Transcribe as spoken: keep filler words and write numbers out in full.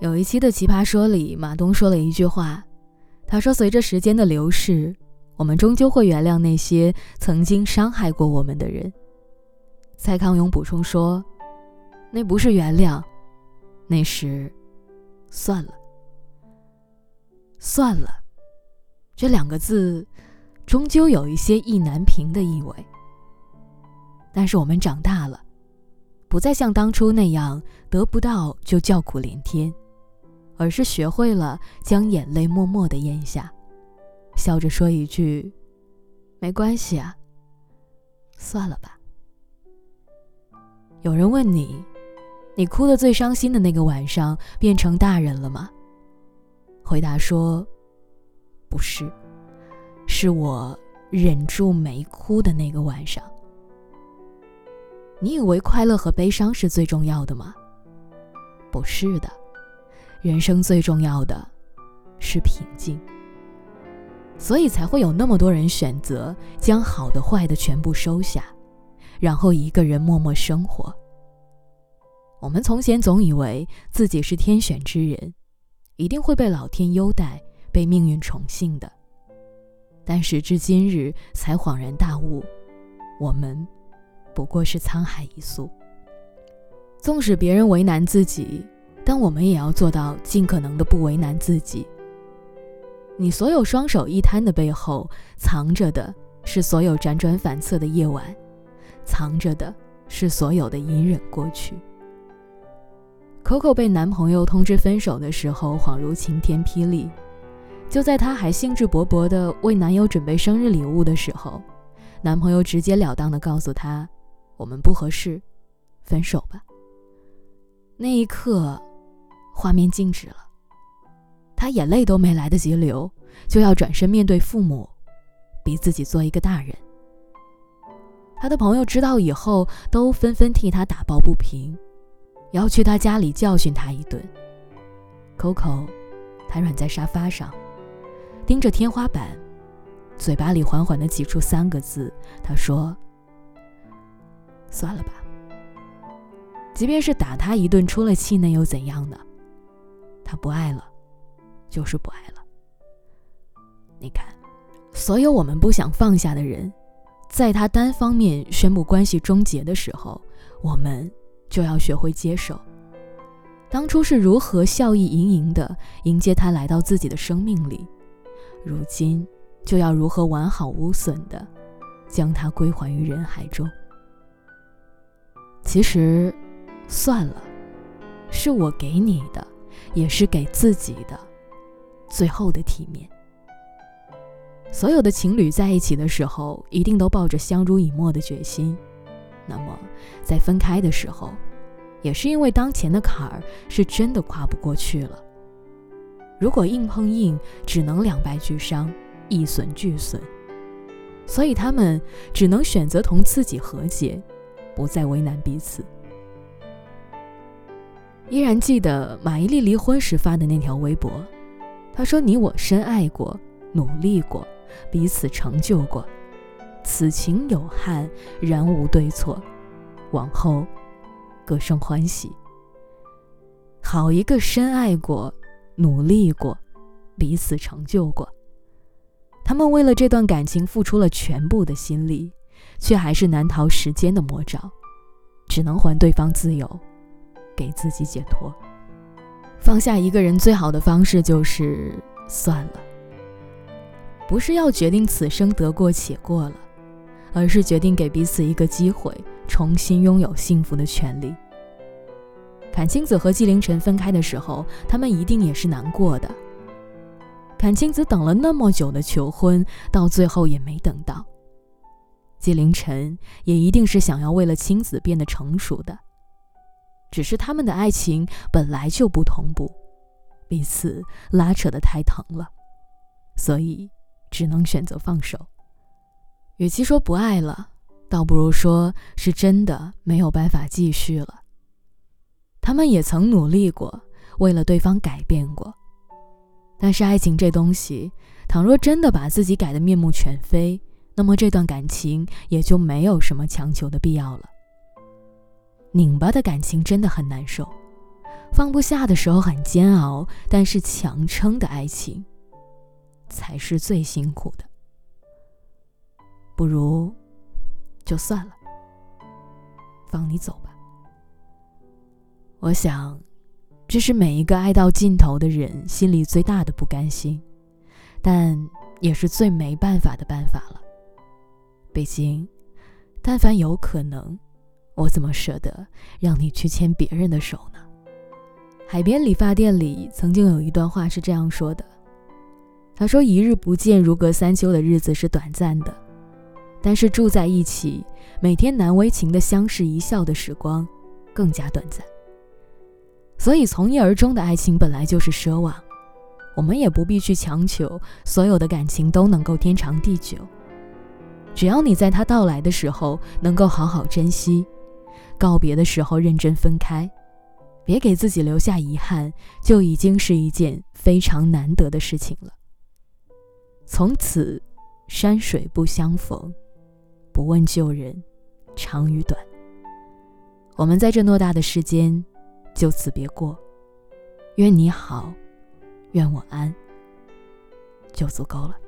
有一期的奇葩说里，马东说了一句话，他说随着时间的流逝，我们终究会原谅那些曾经伤害过我们的人。蔡康永补充说，那不是原谅，那是算了。算了这两个字终究有一些意难平的意味，但是我们长大了，不再像当初那样得不到就叫苦连天，而是学会了将眼泪默默地咽下，笑着说一句，没关系啊，算了吧。有人问你，你哭得最伤心的那个晚上变成大人了吗？回答说，不是，是我忍住没哭的那个晚上。你以为快乐和悲伤是最重要的吗？不是的，人生最重要的是平静。所以才会有那么多人选择将好的坏的全部收下，然后一个人默默生活。我们从前总以为自己是天选之人，一定会被老天优待，被命运宠幸的。但时至今日才恍然大悟，我们不过是沧海一粟。纵使别人为难自己，但我们也要做到尽可能的不为难自己。你所有双手一摊的背后，藏着的是所有辗转反侧的夜晚，藏着的是所有的隐忍过去。Coco 被男朋友通知分手的时候，恍如晴天霹雳。就在她还兴致勃勃地为男友准备生日礼物的时候，男朋友直截了当地告诉她，我们不合适，分手吧。那一刻，画面静止了，她眼泪都没来得及流，就要转身面对父母，逼自己做一个大人。她的朋友知道以后，都纷纷替她打抱不平，要去她家里教训她一顿。Coco 瘫软在沙发上，盯着天花板，嘴巴里缓缓地挤出三个字，她说，算了吧。即便是打他一顿出了气，那又怎样呢？他不爱了，就是不爱了。你看，所有我们不想放下的人，在他单方面宣布关系终结的时候，我们就要学会接受。当初是如何笑意盈盈地迎接他来到自己的生命里，如今就要如何完好无损地将他归还于人海中。其实算了，是我给你的，也是给自己的最后的体面。所有的情侣在一起的时候，一定都抱着相濡以沫的决心，那么在分开的时候，也是因为当前的坎儿是真的跨不过去了。如果硬碰硬，只能两败俱伤，一损俱损，所以他们只能选择同自己和解，不再为难彼此。依然记得马伊琍离婚时发的那条微博，她说，你我深爱过，努力过，彼此成就过，此情有憾，然无对错，往后各生欢喜。好一个深爱过，努力过，彼此成就过。他们为了这段感情付出了全部的心力，却还是难逃时间的魔爪，只能还对方自由，给自己解脱。放下一个人最好的方式就是算了，不是要决定此生得过且过了，而是决定给彼此一个机会，重新拥有幸福的权利。阚清子和纪凌尘分开的时候，他们一定也是难过的。阚清子等了那么久的求婚，到最后也没等到。纪凌尘也一定是想要为了亲子变得成熟的，只是他们的爱情本来就不同步，彼此拉扯得太疼了，所以只能选择放手。与其说不爱了，倒不如说是真的没有办法继续了。他们也曾努力过，为了对方改变过，但是爱情这东西，倘若真的把自己改得面目全非，那么这段感情也就没有什么强求的必要了。拧巴的感情真的很难受， 放不下的时候很煎熬，但是强撑的爱情才是最辛苦的。不如就算了，放你走吧。我想这是每一个爱到尽头的人心里最大的不甘心，但也是最没办法的办法了。毕竟但凡有可能，我怎么舍得让你去牵别人的手呢？海边理发店里曾经有一段话是这样说的，他说，一日不见如隔三秋的日子是短暂的，但是住在一起，每天难为情的相视一笑的时光更加短暂。所以从一而终的爱情本来就是奢望，我们也不必去强求所有的感情都能够天长地久。只要你在它到来的时候能够好好珍惜，告别的时候认真分开，别给自己留下遗憾，就已经是一件非常难得的事情了。从此山水不相逢，不问旧人长与短。我们在这偌大的世间就此别过，愿你好，愿我安，就足够了。